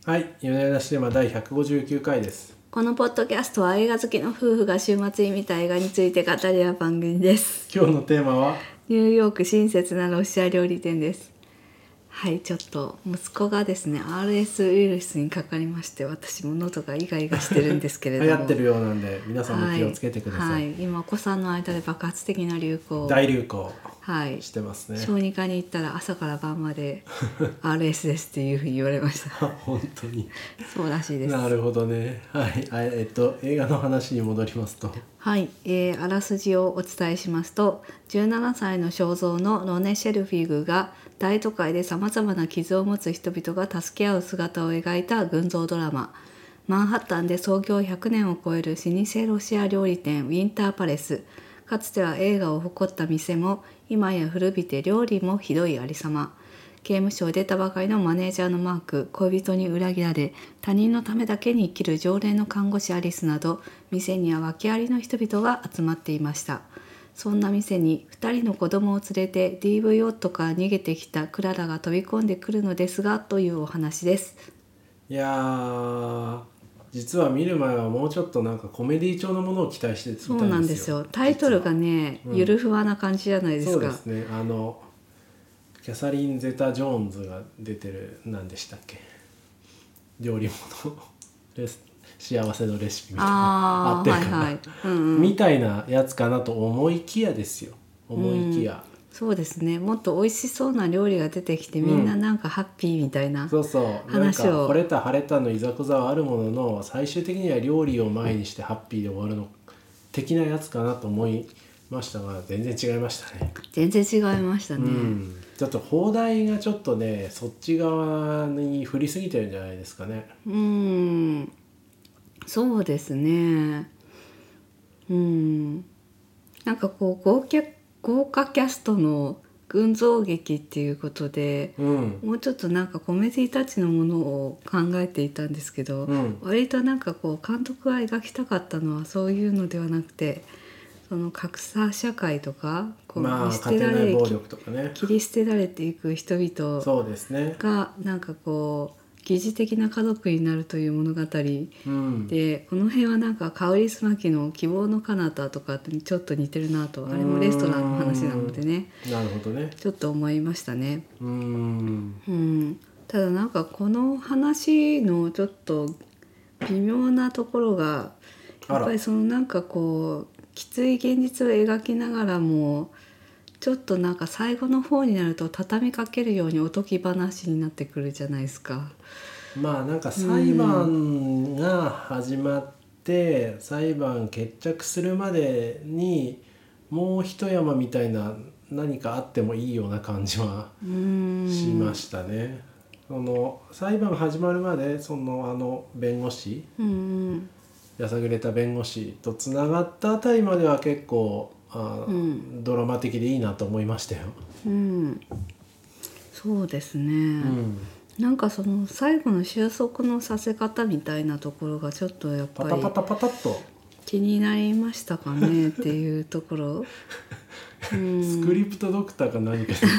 はい、夜な夜なシネマ第159回です。 このポッドキャストは映画好きの夫婦が週末に見た映画について語り合う番組です。 今日のテーマはニューヨーク親切なロシア料理店です。はい、ちょっと息子がですね RS ウイルスにかかりまして、私も喉がイガイガしてるんですけれども流行ってるようなんで皆さんも気をつけてください。 はい、今お子さんの間で爆発的な流行、 大流行はい、 してますね。 小児科に行ったら朝から晩まで RS ですっていうふうに言われました本当にそうらしいです。 なるほどね。はい、映画の話に戻りますと、 はい、あらすじをお伝えしますと、17歳の肖像のロネ・シェルフィグが大都会でさまざまな傷を持つ人々が助け合う姿を描いた群像ドラマ。マンハッタンで創業100年を超える老舗ロシア料理店ウィンターパレス。かつては映画を誇った店も今や古びて料理もひどいありさま。刑務所を出たばかりのマネージャーのマーク、恋人に裏切られ他人のためだけに生きる常連の看護師アリスなど、店には訳ありの人々が集まっていました。そんな店に2人の子供を連れて DV 夫から逃げてきたクララが飛び込んでくるのですが、というお話です。 いやー実は見る前はもうちょっとなんかコメディ調のものを期待していたんですよ。 そうなんですよ。タイトルがね、ゆるふわな感じじゃないですか。 そうですね。キャサリン・ゼタ・ジョーンズが出てる何でしたっけ、料理物幸せのレシピみたいな合ってるかな、 はいはい、うんみたいなやつかなと思いきやですよ。思いきや、 そうですね。もっと美味しそうな料理が出てきて、みんななんかハッピーみたいなそうそう話を、 なんか惚れた晴れたのいざこざはあるものの、最終的には料理を前にしてハッピーで終わるの的なやつかなと思いましたが、全然違いましたね。 全然違いましたね。 ちょっと放題がちょっとねそっち側に振りすぎてるんじゃないですかね。 そうですね。なんかこう豪華キャストの群像劇っていうことで、もうちょっとなんかコメディタッチのものを考えていたんですけど、割となんかこう監督が描きたかったのはそういうのではなくて、その格差社会とかこう見捨てられ、 家庭内暴力とかね、 切り捨てられていく人々 そうですねがなんかこう疑似的な家族になるという物語、でこの辺はなんかカウリスマキの希望の彼方とかにちょっと似てるなと、あれもレストランの話なのでね、 なるほどね、 ちょっと思いましたね。ただなんかこの話のちょっと微妙なところが、やっぱりそのなんかこうきつい現実を描きながらも、ちょっとなんか最後の方になると畳みかけるようにおとぎ話になってくるじゃないですか。 まあなんか裁判が始まって、裁判決着するまでにもう一山みたいな何かあってもいいような感じはしましたね。その裁判が始まるまでその弁護士、やさぐれた弁護士とつながったあたりまでは結構ドラマ的でいいなと思いましたよ。 そうですね、なんかその最後の収束のさせ方みたいなところがちょっとやっぱりパタッと気になりましたかねっていうところスクリプトドクターか何かですか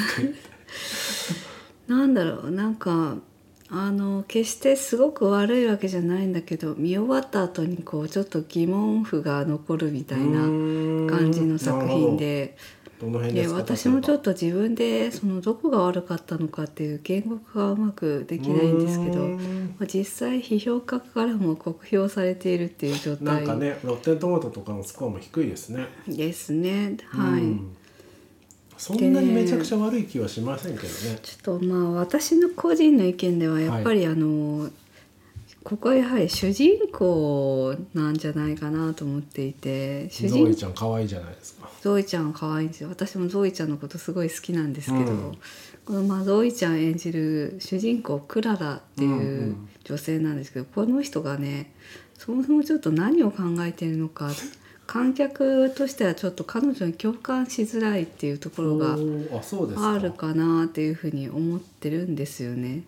なんだろう、なんか決してすごく悪いわけじゃないんだけど、見終わった後にこうちょっと疑問符が残るみたいな感じの作品で、私もちょっと自分でそのどこが悪かったのかっていう言語化がうまくできないんですけど、実際批評家からも酷評されているっていう状態なんかね、ロッテントマトとかのスコアも低いですね。 ですね。はい。 そんなにめちゃくちゃ悪い気はしませんけどね。 ちょっとまあ私の個人の意見ではやっぱりここはやはり主人公なんじゃないかなと思っていて、 ゾイちゃん可愛いじゃないですか。 ゾイちゃんは可愛いんですよ。私もゾイちゃんのことすごい好きなんですけど、このゾイちゃん演じる主人公クララっていう女性なんですけど、この人がね、そもそもちょっと何を考えているのか、観客としてはちょっと彼女に共感しづらいっていうところがあるかなっていうふうに思ってるんですよね。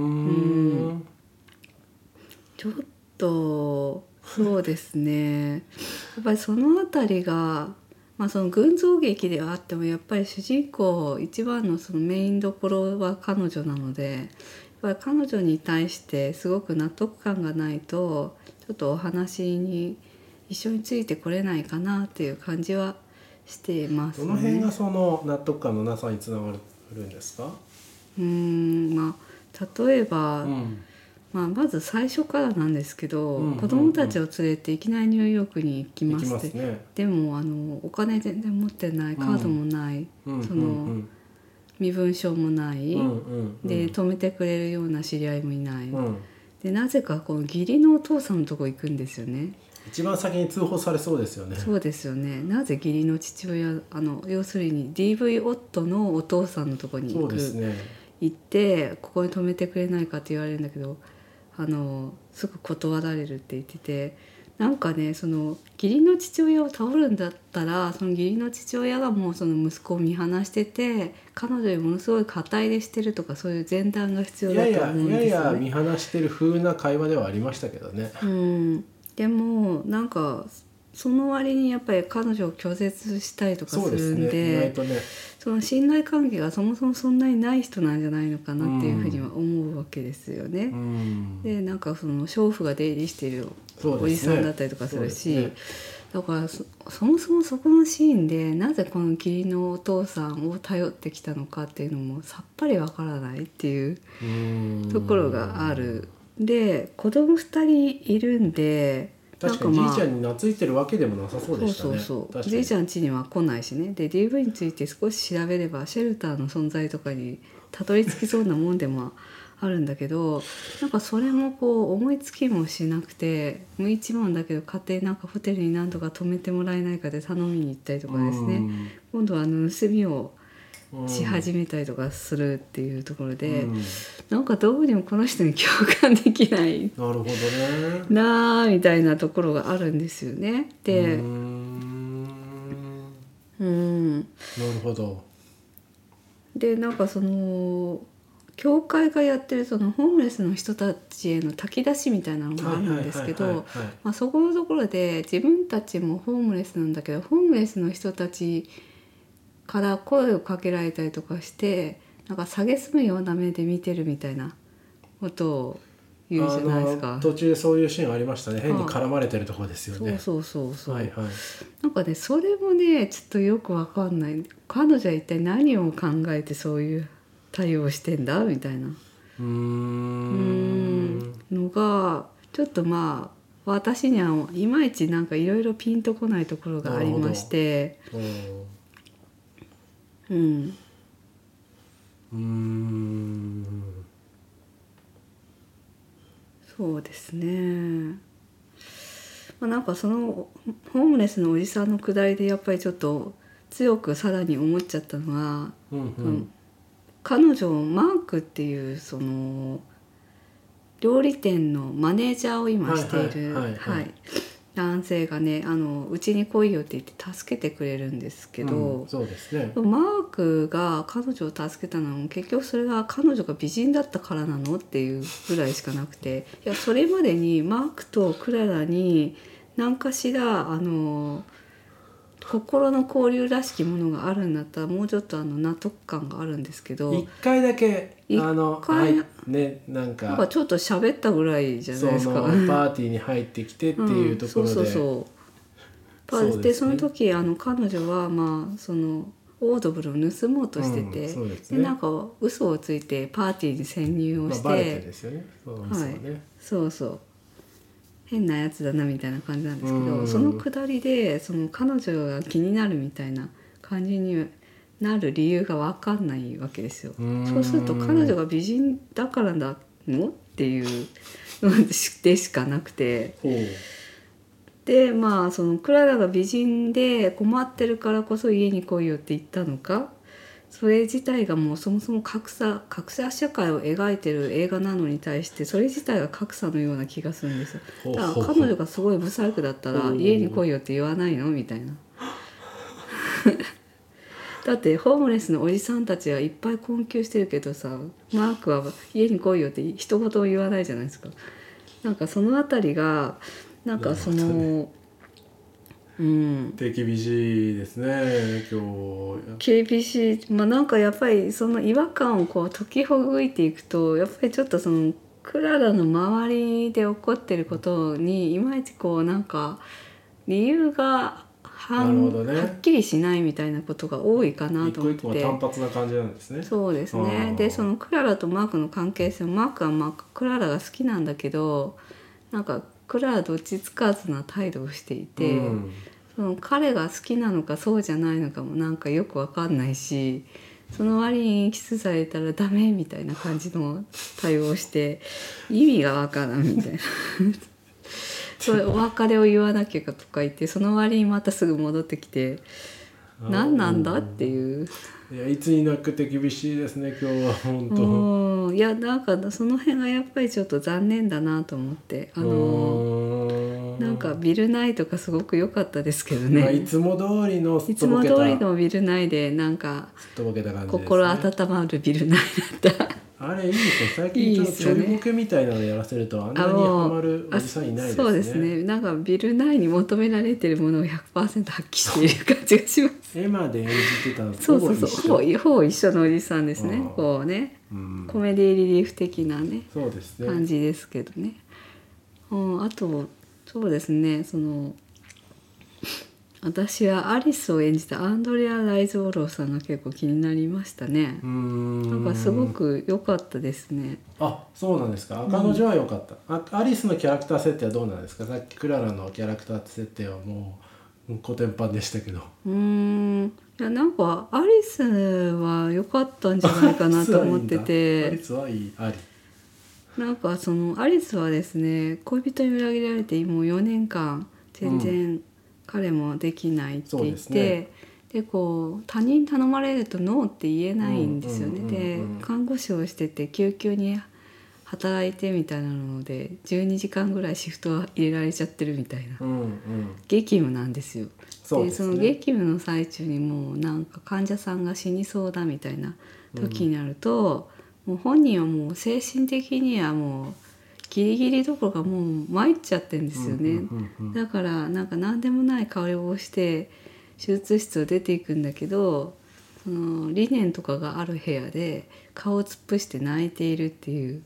ちょっとそうですねやっぱりそのあたりが、その群像劇ではあってもやっぱり主人公一番のそのメインどころは彼女なので、やっぱり彼女に対してすごく納得感がないとちょっとお話に一緒についてこれないかなっていう感じはしていますね。 どの辺がその納得感のなさにつながるんですか？ まあ例えば、 うんまず最初からなんですけど、 うん子供たちを連れていきなりニューヨークに行きま行きすって、 ますね。 でもお金全然持ってない、カードもない、 うんその身分証もない、 うんうんうん、 で止めてくれるような知り合いもいない、 うん、 でなぜかこの義理のお父さんのとこ行くんですよね。 一番先に通報されそうですよね。 そうですよね。なぜ義理の父親要するに DV 夫のお父さんのとこにそうですね。 行ってここに止めてくれないかって言われるんだけどすぐ断られるって言ってて、なんかねその義理の父親を頼るんだったらその義理の父親がもうその息子を見放してて彼女にものすごい肩入れしてるとかそういう前段が必要だと思うんですよね。 やや見放してる風な会話ではありましたけどね。 でもなんかその割にやっぱり彼女を拒絶したりとかするん意外とね、 その信頼関係がそもそもそんなにない人なんじゃないのかなっていうふうには思うわけですよね。でなんかその娼婦が出入りしているおじさんだったりとかするし、だからそもそもそこのシーンでなぜこの義理のお父さんを頼ってきたのかっていうのもさっぱりわからないっていうところがある。で子供2人いるんで確かにじいちゃんに懐いてるわけでもなさそうでしたね。 そうじいちゃん家には来ないしね。で DV について少し調べればシェルターの存在とかにたどり着きそうなもんでもあるんだけど、なんかそれもこう思いつきもしなくて無一文だけど勝手になんかホテルに何とか泊めてもらえないかで頼みに行ったりとかですね、今度は盗みをし始めたりとかするっていうところで、なんかどうにもこの人に共感できないなるほどねなあみたいなところがあるんですよね。でなるほど。でなんかその教会がやってるそのホームレスの人たちへの炊き出しみたいなのがあるんですけど、そこのところで自分たちもホームレスなんだけどホームレスの人たちから声をかけられたりとかしてなんか蔑むような目で見てるみたいなことを言うじゃないですか。 途中でそういうシーンありましたね。変に絡まれてるところですよね。 そう、なんかねそれもねちょっとよくわかんない。彼女は一体何を考えてそういう対応してんだみたいなのがちょっと私にはいまいちなんかいろいろピンとこないところがありまして、そうですね。なんかそのホームレスのおじさんのくだりでやっぱりちょっと強くさらに思っちゃったのは、彼女マークっていうその料理店のマネージャーを今している男性がねうちに来いよって言って助けてくれるんですけど、 そうですね、 マークが彼女を助けたのも結局それが彼女が美人だったからなのっていうぐらいしかなくて、いやそれまでにマークとクララに何かしら心の交流らしきものがあるんだったらもうちょっと納得感があるんですけど、 一回だけなんかちょっと喋ったぐらいじゃないですか。 そのパーティーに入ってきてっていうところで、 でその時彼女はそのオードブルを盗もうとしてて、でなんか嘘をついてパーティーに潜入をして、 バレてですよね。 そう変なやつだなみたいな感じなんですけど、そのくだりでその彼女が気になるみたいな感じになる理由が分かんないわけですよ。そうすると彼女が美人だからだのっていうのでしかなくて、でそのクララが美人で困ってるからこそ家に来いよって言ったのか、それ自体がもうそもそも格差社会を描いてる映画なのに対してそれ自体が格差のような気がするんですよ。だから彼女がすごい不細工だったら家に来いよって言わないのみたいなだってホームレスのおじさんたちはいっぱい困窮してるけどさ、マークは家に来いよって一言も言わないじゃないですか。なんかそのあたりがなんかそのうん、 手厳しいですね今日。 厳しい。なんかやっぱりその違和感をこう解きほぐいていくと、やっぱりちょっとそのクララの周りで起こってることにいまいちこうなんか理由がなるほどね。 はっきりしないみたいなことが多いかなと思ってて、 一個一個単発な感じなんですね。 そうですね。でそのクララとマークの関係性、マークはクララが好きなんだけど、なんかクララどっちつかずな態度をしていて、その彼が好きなのかそうじゃないのかもなんかよく分かんないし、その割にキスされたらダメみたいな感じの対応をして意味が分からんみたいなそういうお別れを言わなきゃとか言って、その割にまたすぐ戻ってきて何なんだっていう。 いやいつになく手厳しいですね今日は本当。 いやなんかその辺がやっぱりちょっと残念だなと思って、なんかビルナイとかすごく良かったですけどね、 いつも通りのいつも通りのビルナイでなんかすっとぼけた感じですね。 心温まるビルナイだったあれいいですね。最近ちょっとちょいボケみたいなのやらせるとあんなにハマるおじさんいないですね。 そうですね。なんかビルナイに求められてるものを 100% 発揮している感じがします。 絵まで演じてたのそうほぼ一緒のおじさんですね。こうね、コメディリリーフ的なね、 そうですね感じですけどね。あとそうですね、その私はアリスを演じたアンドレア・ライズオローさんが結構気になりましたね。なんかすごく良かったですね。 あ、そうなんですか。彼女は良かった。アリスのキャラクター設定はどうなんですか。さっきクララのキャラクター設定はもうコテンパンでしたけど。 いやなんかアリスは良かったんじゃないかなと思ってて、 アリスはいいあり。なんかそのアリスはですね、恋人に裏切られてもう4年間全然彼もできないって言って、でこう他人頼まれるとノーって言えないんですよね。で看護師をしてて救急に働いてみたいなので12時間ぐらいシフトは入れられちゃってるみたいな、激務なんですよ。でその激務の最中にもうなんか患者さんが死にそうだみたいな時になると、もう本人はもう精神的にはもうギリギリどころかもう参っちゃってるんですよね。だからなんか何でもない顔をして手術室を出ていくんだけど、そのリネンとかがある部屋で顔を突っ伏して泣いているっていう、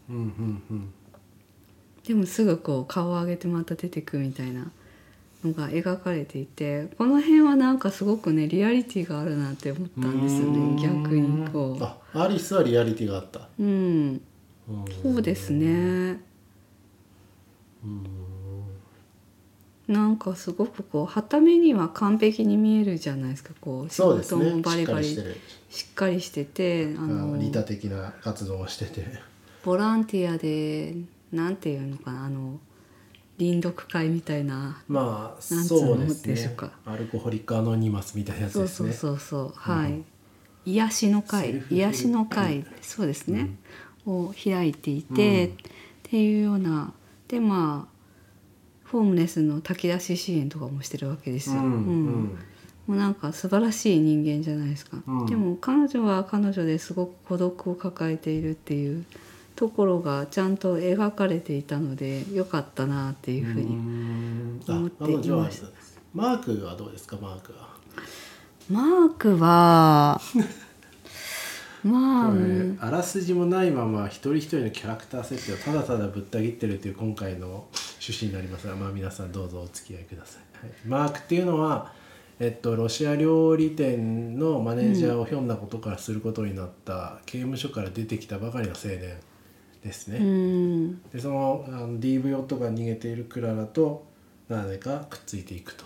でもすぐこう顔を上げてまた出てくみたいなのが描かれていて、この辺はなんかすごくねリアリティがあるなって思ったんですよね。逆にこうアリスはリアリティがあった。 そうですね。なんかすごくこう傍目には完璧に見えるじゃないですか。こう仕事もバリバリしっかりしてて、 利他的な活動をしてて、 ボランティアでなんていうのかな、臨読会みたいな、 そうですね。アルコホリックアノニマスみたいなやつですね。 そうはい、癒しの会そうですね、を開いていて、っていうようなでホームレスの炊き出し支援とかもしてるわけですよ。もうなんか素晴らしい人間じゃないですか。でも彼女は彼女ですごく孤独を抱えているっていうところがちゃんと描かれていたので良かったなっていうふうに思っていました。 マークはどうですか。マークはあらすじもないまま一人一人のキャラクター設定をただただぶった切ってるという今回の趣旨になりますが、皆さんどうぞお付き合いください。マークっていうのは、ロシア料理店のマネージャーをひょんなことからすることになった刑務所から出てきたばかりの青年ですね。でそのDV 夫が逃げているクララとなぜかくっついていくと。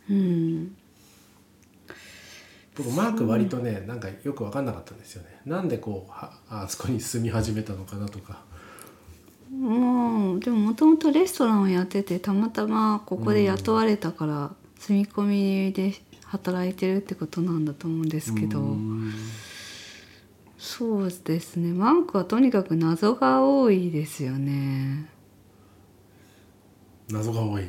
僕マーク割とねなんかよく分かんなかったんですよね。なんでこうあそこに住み始めたのかなとか。 でももともとレストランをやっててたまたまここで雇われたから住み込みで働いてるってことなんだと思うんですけど、そうですね。マークはとにかく謎が多いですよね。 謎が多い。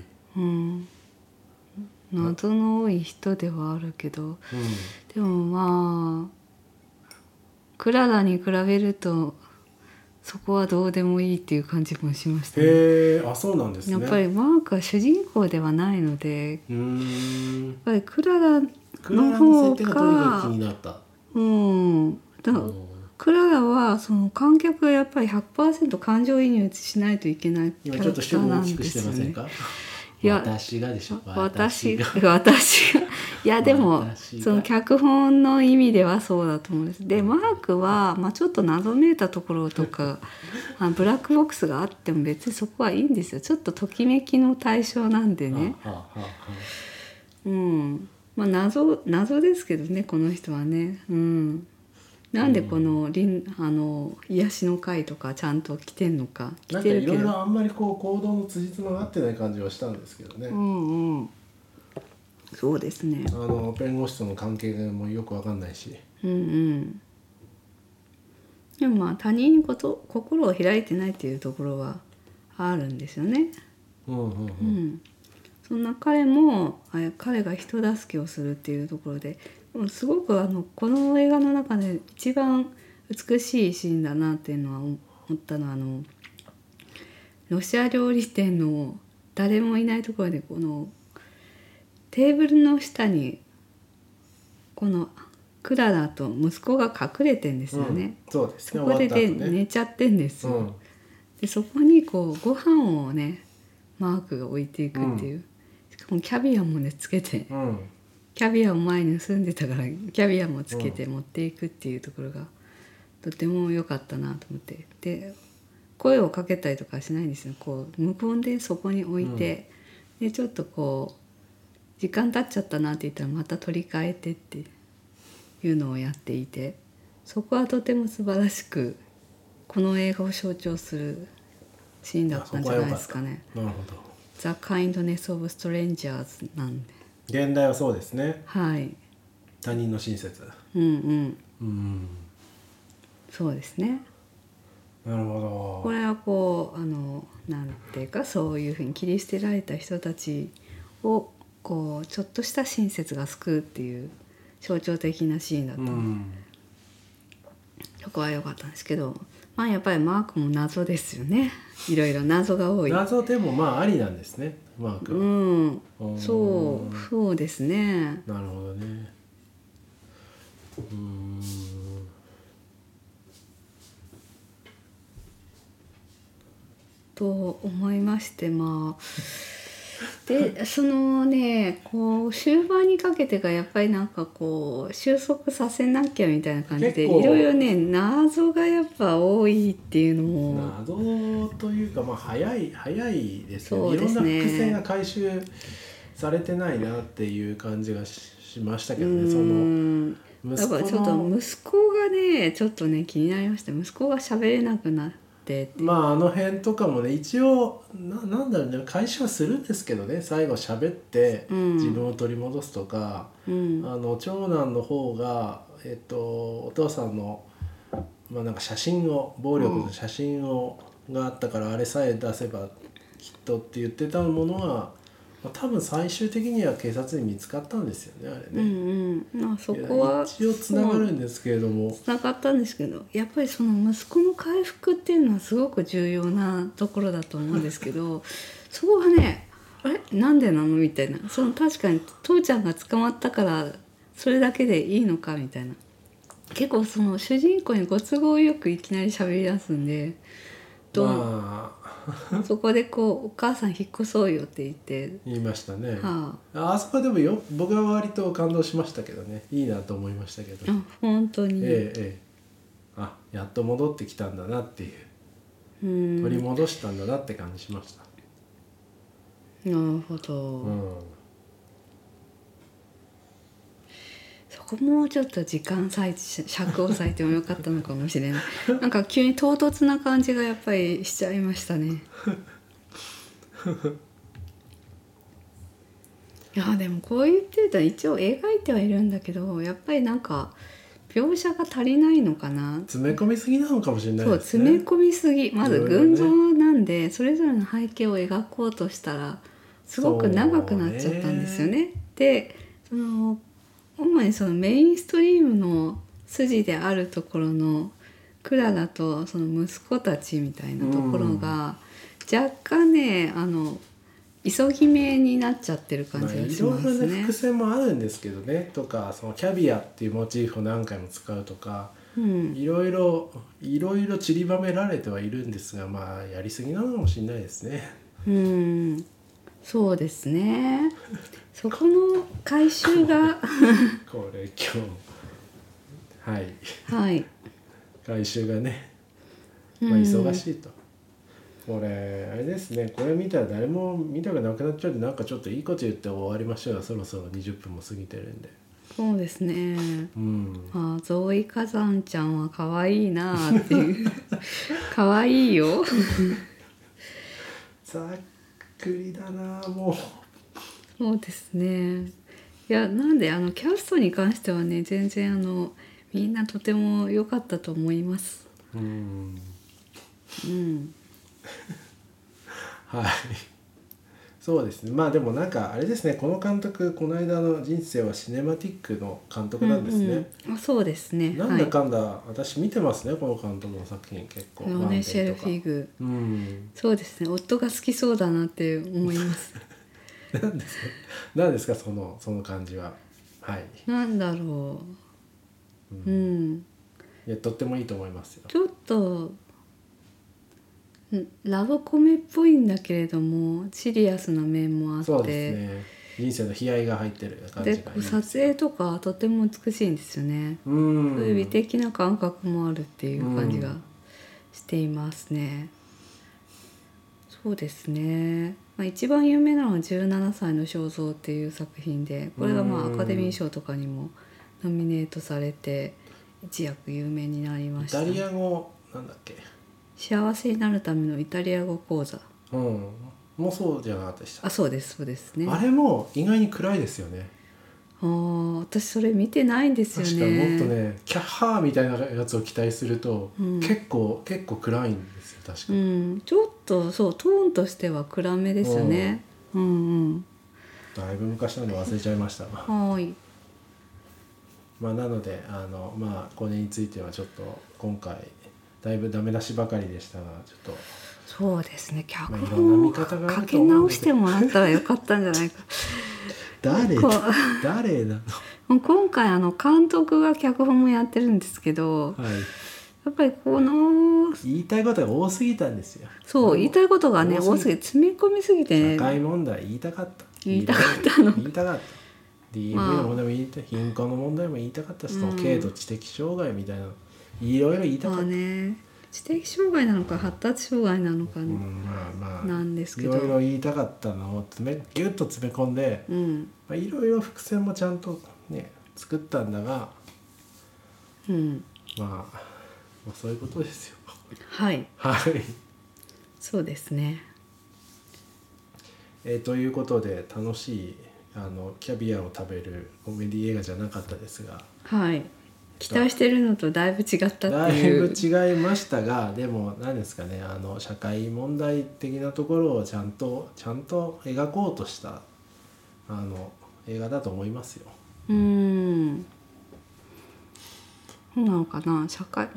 謎の多い人ではあるけど、でもクララに比べるとそこはどうでもいいっていう感じもしましたね。 へえ、あ、そうなんですね。 やっぱりマークは主人公ではないので、やっぱりクララクララのの方設定がとにかく気にが、 なった。 だからクララはその観客がやっぱり 100% 感情移入しないといけないキャ今ラクタちょっと主語ーなん大きくしてですよね。 ませんか？ いや私がでしょ。 私ががいやでも私がその脚本の意味ではそうだと思うんです。でマークは、ちょっと謎めいたところとかブラックボックスがあっても別にそこはいいんですよ。ちょっとときめきの対象なんでね。謎ですけどね、この人はね。なんでこの癒しの会とかちゃんと来てんのか。 なんかいろいろあんまりこう行動の辻褄が合ってない感じはしたんですけどね。 そうですね。 弁護士との関係もよくわかんないし。 でも他人に心を開いてないっていうところはあるんですよね。そんな彼が人助けをするっていうところで、すごくこの映画の中で一番美しいシーンだなっていうのは思ったのはロシア料理店の誰もいないところでこのテーブルの下にこのクララと息子が隠れてんですよね。 そうですね。 そこで寝ちゃってんですよ。でそこにこうご飯をねマークが置いていくっていう、しかもキャビアもねつけて、キャビアを前に盗んでたからキャビアもつけて持っていくっていうところがとても良かったなと思って、で声をかけたりとかしないんですよ。こう無言でそこに置いて、でちょっとこう時間経っちゃったなって言ったらまた取り替えてっていうのをやっていて、そこはとても素晴らしくこの映画を象徴するシーンだったんじゃないですかね。 なるほど。 The Kindness of Strangers なんで。 現代はそうですね。 はい。 他人の親切。 そうですね。 なるほど。 これはこうなんていうかそういうふうに切り捨てられた人たちをこうちょっとした親切が救うっていう象徴的なシーンだったので、そこは良かったんですけど、やっぱりマークも謎ですよね。いろいろ謎が多い。 謎でもありなんですね、マークは。 そうですね。 なるほどね。 と思いまして、でそのねこう終盤にかけてがやっぱりなんかこう収束させなきゃみたいな感じでいろいろね謎がやっぱ多いっていうのも謎というか早いですよね。 そうですね。 いろんな伏線が回収されてないなっていう感じがしましたけどね。そのだからちょっと息子がねちょっとね気になりました。息子が喋れなくなって。あの辺とかもね一応なんだろうね回収はするんですけどね、最後喋って自分を取り戻すとか、長男の方が、お父さんの、なんか写真を暴力の写真があったからあれさえ出せばきっとって言ってたものは、多分最終的には警察に見つかったんですよね、あれね。 そこは一応つながるんですけれども、 つながったんですけど、やっぱりその息子の回復っていうのはすごく重要なところだと思うんですけどそこがねなんでなのみたいな、確かに父ちゃんが捕まったからそれだけでいいのかみたいな、結構その主人公にご都合よくいきなり喋り出すんでそこでこうお母さん引っ越そうよって言いましたね。 あそこはでも僕は割と感動しましたけどね、いいなと思いましたけど。 本当にやっと戻ってきたんだなっていう、取り戻したんだなって感じしました。 なるほど、そこもちょっと尺を割いてもよかったのかもしれないなんか急に唐突な感じがやっぱりしちゃいましたねいやでもこう言ってると一応描いてはいるんだけど、やっぱりなんか描写が足りないのかな、 詰め込みすぎなのかもしれないですね。 詰め込みすぎ、まず群像なんでそれぞれの背景を描こうとしたらすごく長くなっちゃったんですよね。で主にそのメインストリームの筋であるところのクララとその息子たちみたいなところが、若干ね急ぎ目になっちゃってる感じがしますね。 いろいろね伏線もあるんですけどねとか、そのキャビアっていうモチーフを何回も使うとか、いろいろ散りばめられてはいるんですが、まあやりすぎなのかもしれないですね。 そうですね。そこの回収がこれ今日はい回収がね、まあ忙しいと。これあれですね、これ見たら誰も見たくなくなっちゃうんで、なんかちょっといいこと言って終わりましょうよ。そろそろ20分も過ぎてるんで。 そうですね。ゾーイ火山ちゃんは可愛いなっていう可愛いよざっくりだなもう。 そうですね。いやなんでキャストに関してはね、全然みんなとても良かったと思います。 はいそうですね。まあでもなんかあれですね、この監督この間の人生はシネマティックの監督なんですね。 そうですね。 なんだかんだ、私見てますね、この監督の作品結構。 ロネ・シェルフィグ、そうですね。夫が好きそうだなって思います何ですかその感じは。 なんだろう、いやとってもいいと思いますよ。 ちょっとラブコメっぽいんだけれどもシリアスな面もあって、 そうですね、人生の悲哀が入ってる感じがいいです。 で撮影とかとても美しいんですよね。そういう美的な感覚もあるっていう感じがしていますね。そうですね、一番有名なのは17歳の肖像っていう作品で、これがアカデミー賞とかにもノミネートされて一躍有名になりました。 イタリア語なんだっけ、 幸せになるためのイタリア語講座、 もうそうじゃなかったでした。 そうですね。 あれも意外に暗いですよね。 私それ見てないんですよね。 確かもっとねキャッハーみたいなやつを期待すると、結構暗いんですよ確か、 ちょっとそうトーンとしては暗めですよね。 だいぶ昔なので忘れちゃいましたがなのでこれについてはちょっと今回だいぶダメ出しばかりでしたが、ちょっとそうですね、脚いろんな見本方があ書きると思うので直してもらったらよかったんじゃないか誰なの今回監督が脚本もやってるんですけど、やっぱりこの言いたいことが多すぎたんですよ。 そう言いたいことがね多すぎて詰め込みすぎて、 社会問題言いたかった言いたかった DV の問題も言いたい、貧困の問題も言いたかったし、その軽度知的障害みたいないろいろ言いたかった。 知的障害なのか発達障害なのか、なんですけど、 いろいろ言いたかったのをギュッと詰め込んで、いろいろ伏線もちゃんとね作ったんだが、そういうことですよ。 そうですね。 ということで楽しいキャビアを食べるコメディ映画じゃなかったですが、 期待してるのとだいぶ違ったっていう。 だいぶ違いましたが、でも何ですかね、社会問題的なところをちゃんと描こうとした映画だと思いますよ。 そうなのかな。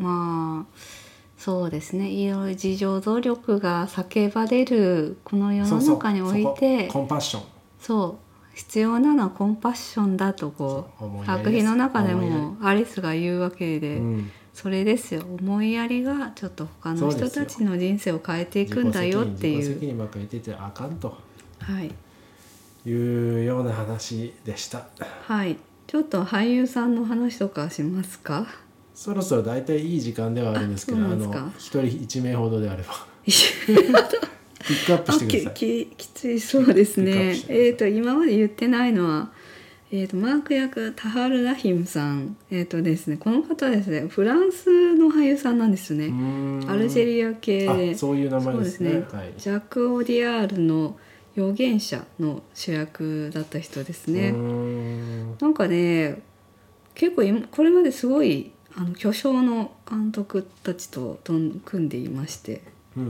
そうですね、いろいろ自助努力が叫ばれるこの世の中において、 コンパッション、 必要なのはコンパッションだと作品の中でもアリスが言うわけで、それですよ、思いやりがちょっと他の人たちの人生を変えていくんだよっていう、 自己責任ばっかり言っててあかんと、いうような話でした。 ちょっと俳優さんの話とかしますか。 そろそろだいたいいい時間ではあるんですけど、一人1名ほどであればピックアップしてください。 きついそうですね。今まで言ってないのは、マーク役タハル・ラヒムさん、ですね、この方ですね、フランスの俳優さんなんですよね。アルジェリア系で、 そういう名前ですね。 ジャック・オディアールの預言者の主役だった人ですね。なんかね、結構これまですごい巨匠の監督たちと組んでいまして、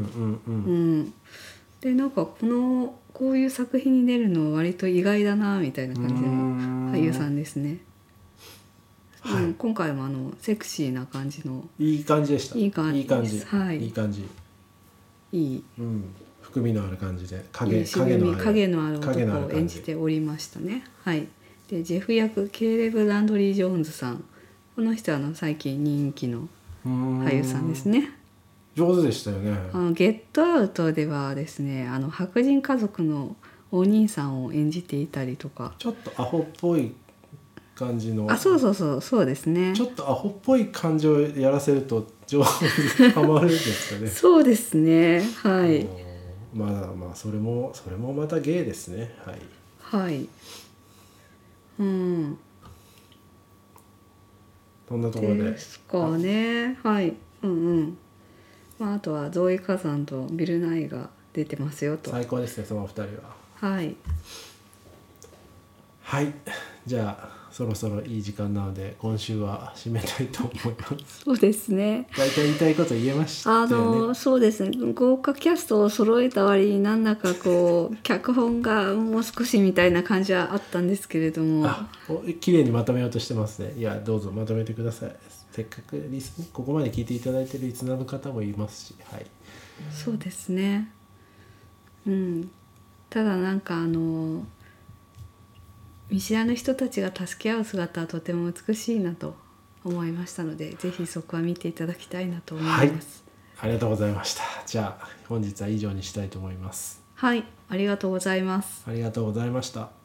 でなんかこういう作品に出るのは割と意外だなみたいな感じの俳優さんですね。 はい今回もセクシーな感じのいい感じでした。 いい感じですいい感じ、 はいいい感じ、 いい含みのある感じで渋み影のある影のある男を演じておりましたね。はい。でジェフ役ケイレブ・ランドリー・ジョーンズさん、この人は最近人気の俳優さんですね。 上手でしたよね。 ゲットアウトではですね白人家族のお兄さんを演じていたりとか、 ちょっとアホっぽい感じの、 そうですね。 ちょっとアホっぽい感じをやらせると上手にハマるんですかね。 そうですね。はい。 まあそれもまた芸ですね。はい。 はい。 そんなところで。 ですかね。はい。まあ、あとはゾーイ・カザンとビル・ナイが出てますよと。 最高ですね、そのお二人は。 はい。 はい。じゃあそろそろいい時間なので今週は締めたいと思います。 そうですね。 大体言いたいこと言えましたよね。 そうですね。豪華キャストを揃えた割になんだか脚本がもう少しみたいな感じはあったんですけれども。 綺麗にまとめようとしてますね。いやどうぞまとめてください。せっかくここまで聞いていただいているリスナーの方もいますし、はい。 そうですね。ただ見知らぬ人たちが助け合う姿はとても美しいなと思いましたので、ぜひそこは見ていただきたいなと思います。 はい、ありがとうございました。じゃあ本日は以上にしたいと思います。 はい、ありがとうございます。 ありがとうございました。